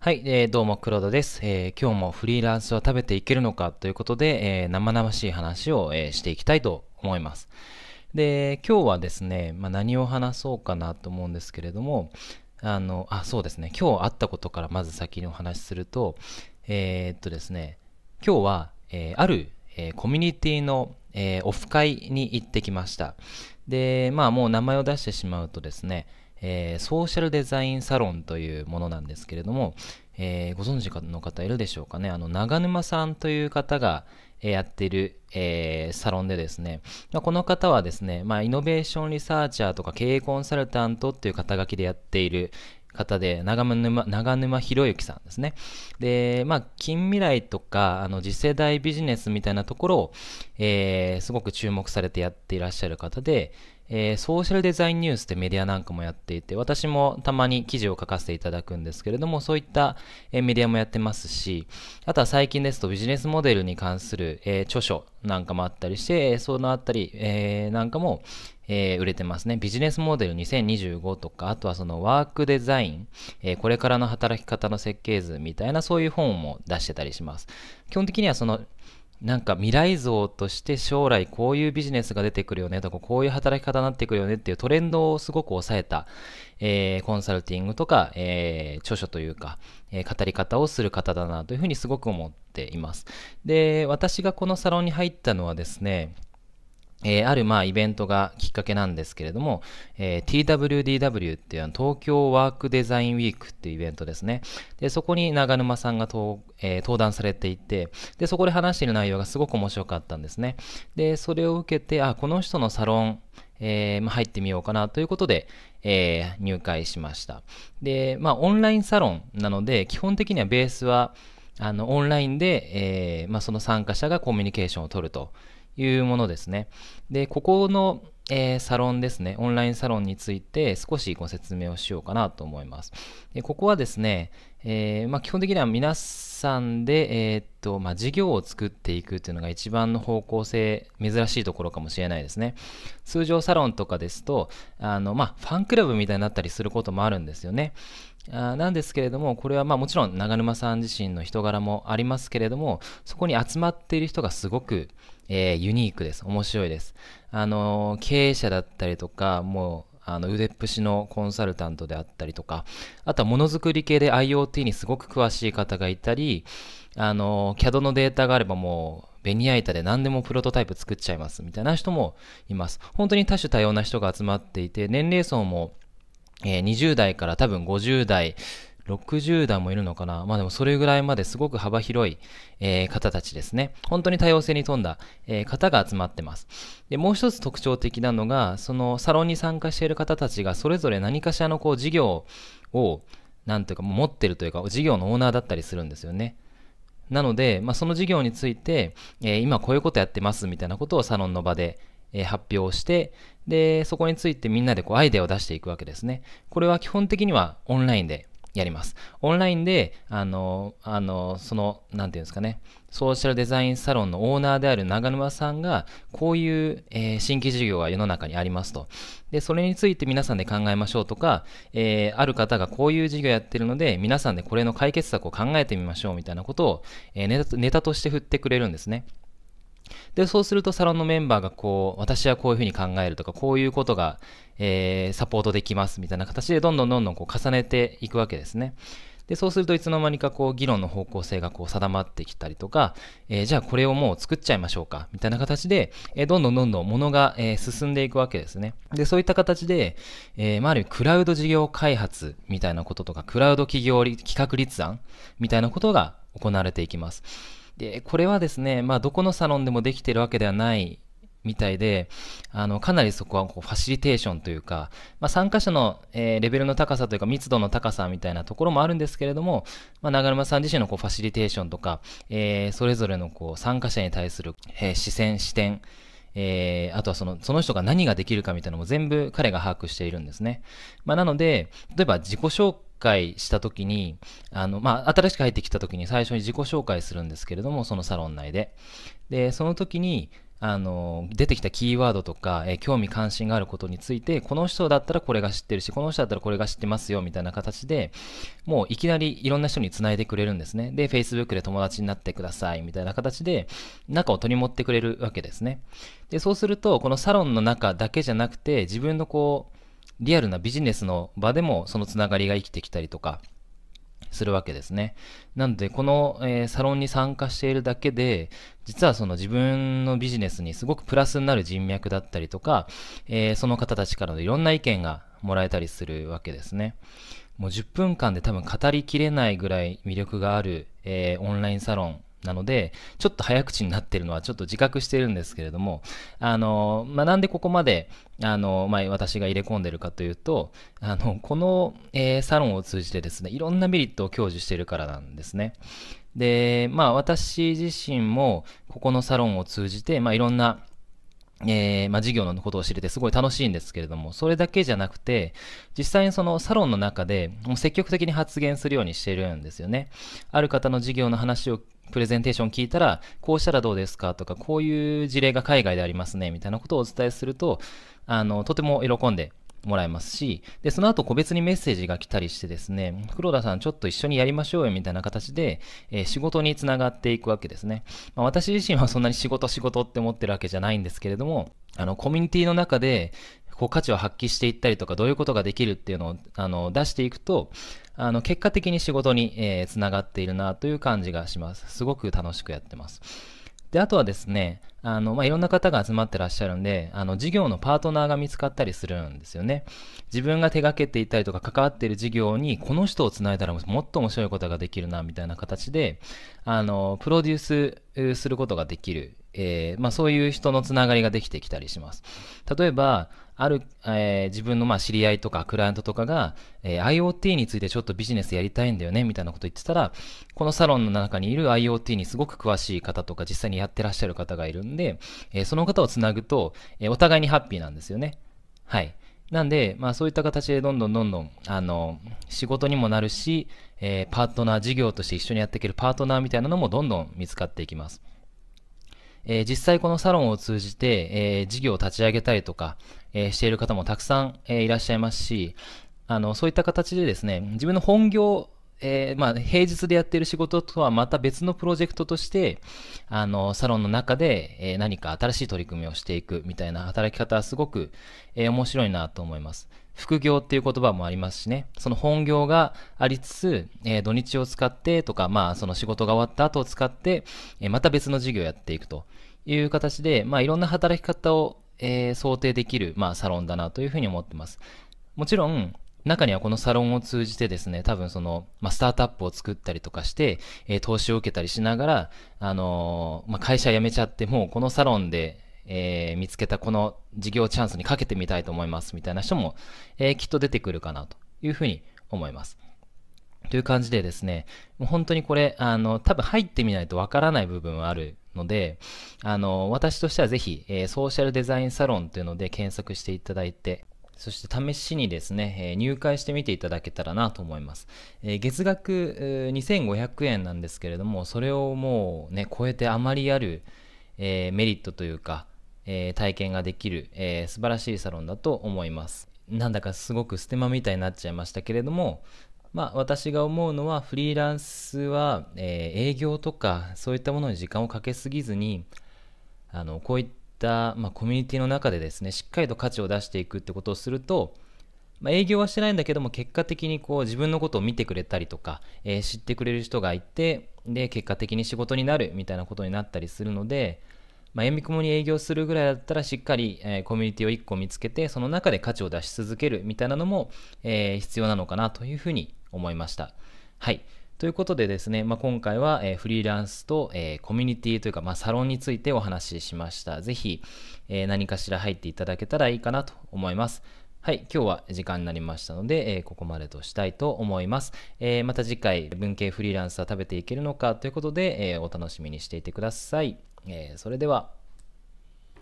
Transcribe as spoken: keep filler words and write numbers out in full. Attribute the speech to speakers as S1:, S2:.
S1: はい、えーどうも黒田です、えー今日もフリーランスは食べていけるのかということで、えー生々しい話を、えーしていきたいと思います。で、今日はですね、まあ、何を話そうかなと思うんですけれども、あの、あ、そうですね、今日あったことからまず先にお話しすると、えーっとですね、今日は、えーある、えーコミュニティの、えーオフ会に行ってきました。で、まあもう名前を出してしまうとですね、えーソーシャルデザインサロンというものなんですけれども、えーご存知の方いるでしょうかね。あの、長沼さんという方が、えーやっている、えーサロンでですね、まあ、この方はですね、まあ、イノベーションリサーチャーとか経営コンサルタントっていう肩書きでやっている方で、長沼、長沼博之さんですね。で、まあ、近未来とか、あの、次世代ビジネスみたいなところを、えーすごく注目されてやっていらっしゃる方で、えーソーシャルデザインニュースってメディアなんかもやっていて、私もたまに記事を書かせていただくんですけれども、そういった、えーメディアもやってますし、あとは最近ですとビジネスモデルに関する、えー著書なんかもあったりして、えーそのあたり、えーなんかも、えー売れてますね。ビジネスモデルにせんにじゅうごとか、あとはそのワークデザイン、えーこれからの働き方の設計図みたいなそういう本も出してたりします。基本的にはそのなんか未来像として将来こういうビジネスが出てくるよねとかこういう働き方になってくるよねっていうトレンドをすごく抑えた、えーコンサルティングとか、えー著書というか、えー語り方をする方だなというふうにすごく思っています。で、私がこのサロンに入ったのはですね、えーあるまあイベントがきっかけなんですけれども、えー ティーダブリューディーダブリュー っていうあの東京ワークデザインウィークっていうイベントですね。で、そこに長沼さんが登,、えー登壇されていて、で、そこで話している内容がすごく面白かったんですね。で、それを受けて、あ、この人のサロン、えーまあ、入ってみようかなということで、えー入会しました。で、まあオンラインサロンなので、基本的にはベースは、あの、オンラインで、えーまあ、その参加者がコミュニケーションを取るというものですね。で、ここの、えーサロンですね、オンラインサロンについて少しご説明をしようかなと思います。で、ここはですね、えーまあ、基本的には皆さんで、えーっと、まあ、事業を作っていくっていうのが一番の方向性、珍しいところかもしれないですね。通常サロンとかですと、あの、まあ、ファンクラブみたいになったりすることもあるんですよね。あなんですけれども、これはまあもちろん長沼さん自身の人柄もありますけれども、そこに集まっている人がすごく、えーユニークです。面白いです。あのー経営者だったりとか、もう、あの腕っぷしのコンサルタントであったりとか、あとはものづくり系で IoT にすごく詳しい方がいたり、あのー キャド のデータがあればもう、ベニヤ板で何でもプロトタイプ作っちゃいますみたいな人もいます。本当に多種多様な人が集まっていて、年齢層もえーにじゅう代から多分ごじゅう代、ろくじゅう代もいるのかな。まあでもそれぐらいまですごく幅広い、えー方たちですね。本当に多様性に富んだ、えー方が集まってます。で、もう一つ特徴的なのが、そのサロンに参加している方たちがそれぞれ何かしらのこう事業を、なんというか持ってるというか、事業のオーナーだったりするんですよね。なので、まあ、その事業について、えー今こういうことやってますみたいなことをサロンの場で、えー発表して、で、そこについてみんなでこうアイデアを出していくわけですね。これは基本的にはオンラインでやります。オンラインで、あの、あの、その、なんていうんですかね、ソーシャルデザインサロンのオーナーである長沼さんが、こういう、えー新規事業が世の中にありますと。で、それについて皆さんで考えましょうとか、えーある方がこういう事業やってるので、皆さんでこれの解決策を考えてみましょうみたいなことを、えーネタネタとして振ってくれるんですね。で、そうするとサロンのメンバーがこう、私はこういうふうに考えるとか、こういうことが、えーサポートできますみたいな形でどんどんどんどんこう重ねていくわけですね。で、そうするといつの間にかこう議論の方向性がこう定まってきたりとか、えーじゃあこれをもう作っちゃいましょうかみたいな形で、えーどんどんどんどん物が、えー進んでいくわけですね。で、そういった形で、えーまあ、ある意味クラウド事業開発みたいなこととか、クラウド企業企画立案みたいなことが行われていきます。で、これはですね、まあ、どこのサロンでもできているわけではないみたいで、あの、かなりそこはこうファシリテーションというか、まあ、参加者の、えーレベルの高さというか密度の高さみたいなところもあるんですけれども、まあ、長沼さん自身のこうファシリテーションとか、えーそれぞれのこう参加者に対する、えー視線、視点、えーあとはそのその人が何ができるかみたいなのも全部彼が把握しているんですね。まあ、なので、例えば自己紹介した時に、あの、まあ、新しく入ってきた時に最初に自己紹介するんですけれども、そのサロン内で。で、その時に、 あの出てきたキーワードとか、えー興味関心があることについて、この人だったらこれが知ってるし、この人だったらこれが知ってますよみたいな形で、もういきなりいろんな人につないでくれるんですね。で Facebook で友達になってくださいみたいな形で中を取り持ってくれるわけですね。でそうすると、このサロンの中だけじゃなくて、自分のこうリアルなビジネスの場でもそのつながりが生きてきたりとかするわけですね。なので、この、えーサロンに参加しているだけで、実はその自分のビジネスにすごくプラスになる人脈だったりとか、えーその方たちからのいろんな意見がもらえたりするわけですね。もうじゅっぷんかんで多分語りきれないぐらい魅力がある、えーオンラインサロンなので、ちょっと早口になってるのはちょっと自覚してるんですけれども、あの、まあ、なんでここまで、あの、まあ、私が入れ込んでるかというと、あの、この、えーサロンを通じてですね、いろんなメリットを享受しているからなんですね。で、まあ、私自身も、ここのサロンを通じて、まあ、いろんな、えーまあ、事業のことを知れてすごい楽しいんですけれども、それだけじゃなくて、実際にそのサロンの中でもう積極的に発言するようにしているんですよね。ある方の事業の話をプレゼンテーション聞いたら、こうしたらどうですかとか、こういう事例が海外でありますねみたいなことをお伝えすると、あのとても喜んでもらえますし、でその後個別にメッセージが来たりしてですね、黒田さんちょっと一緒にやりましょうよみたいな形で、えー仕事につながっていくわけですね。まあ、私自身はそんなに仕事仕事って思ってるわけじゃないんですけれども、あのコミュニティの中でこう価値を発揮していったりとか、どういうことができるっていうのをあの出していくと、あの結果的に仕事に、えーつながっているなという感じがします。すごく楽しくやってます。で、あとはですね、あの、まあ、いろんな方が集まってらっしゃるんで、あの、事業のパートナーが見つかったりするんですよね。自分が手掛けていたりとか関わっている事業に、この人をつないだらもっと面白いことができるな、みたいな形で、あの、プロデュースすることができる、えーまあ、そういう人のつながりができてきたりします。例えば、ある、えー自分のまあ知り合いとかクライアントとかが、えー IoT についてちょっとビジネスやりたいんだよねみたいなこと言ってたら、このサロンの中にいる IoT にすごく詳しい方とか実際にやってらっしゃる方がいるんで、えーその方をつなぐと、えーお互いにハッピーなんですよね。はい。なんで、まあそういった形でどんどんどんどん、あの、仕事にもなるし、えーパートナー、事業として一緒にやっていけるパートナーみたいなのもどんどん見つかっていきます。えー実際このサロンを通じて、えー事業を立ち上げたりとか、えーしている方もたくさん、えーいらっしゃいますし、あのそういった形でですね、自分の本業、えーまあ、平日でやっている仕事とはまた別のプロジェクトとして、あのサロンの中で、えー何か新しい取り組みをしていくみたいな働き方はすごく、えー面白いなと思います。副業っていう言葉もありますしね、その本業がありつつ、えー土日を使ってとか、まあ、その仕事が終わった後を使って、えーまた別の事業をやっていくという形で、まあ、いろんな働き方を、えー想定できる、まあ、サロンだなというふうに思ってます。もちろん、中にはこのサロンを通じてですね、多分その、まあ、スタートアップを作ったりとかして、えー投資を受けたりしながら、あのーまあ、会社辞めちゃって、もうこのサロンで、えー見つけたこの事業チャンスにかけてみたいと思いますみたいな人も、えーきっと出てくるかなというふうに思います。という感じでですね、もう本当にこれ、あの、多分入ってみないとわからない部分はあるので、あの、私としてはぜひ、えーソーシャルデザインサロンというので検索していただいて、そして試しにですね、えー入会してみていただけたらなと思います。えー月額えーにせんごひゃくえんなんですけれども、それをもうね、超えてあまりある、えーメリットというか、えー体験ができる、えー素晴らしいサロンだと思います。なんだかすごくステマみたいになっちゃいましたけれども、まあ、私が思うのはフリーランスは、えー営業とかそういったものに時間をかけすぎずに、あのこういった、まあ、コミュニティの中でですね、しっかりと価値を出していくってことをすると、まあ、営業はしてないんだけども結果的にこう自分のことを見てくれたりとか、えー知ってくれる人がいて、で結果的に仕事になるみたいなことになったりするので、まあ、やみくもに営業するぐらいだったらしっかり、えーコミュニティをいっこ見つけて、その中で価値を出し続けるみたいなのも、えー必要なのかなというふうに思いました。はい。ということでですね、まあ、今回は、えーフリーランスと、えーコミュニティというか、まあ、サロンについてお話ししました。ぜひ、えー何かしら入っていただけたらいいかなと思います。はい、今日は時間になりましたので、えーここまでとしたいと思います。えーまた次回、文系フリーランスは食べていけるのかということで、えーお楽しみにしていてください。えーそれでは。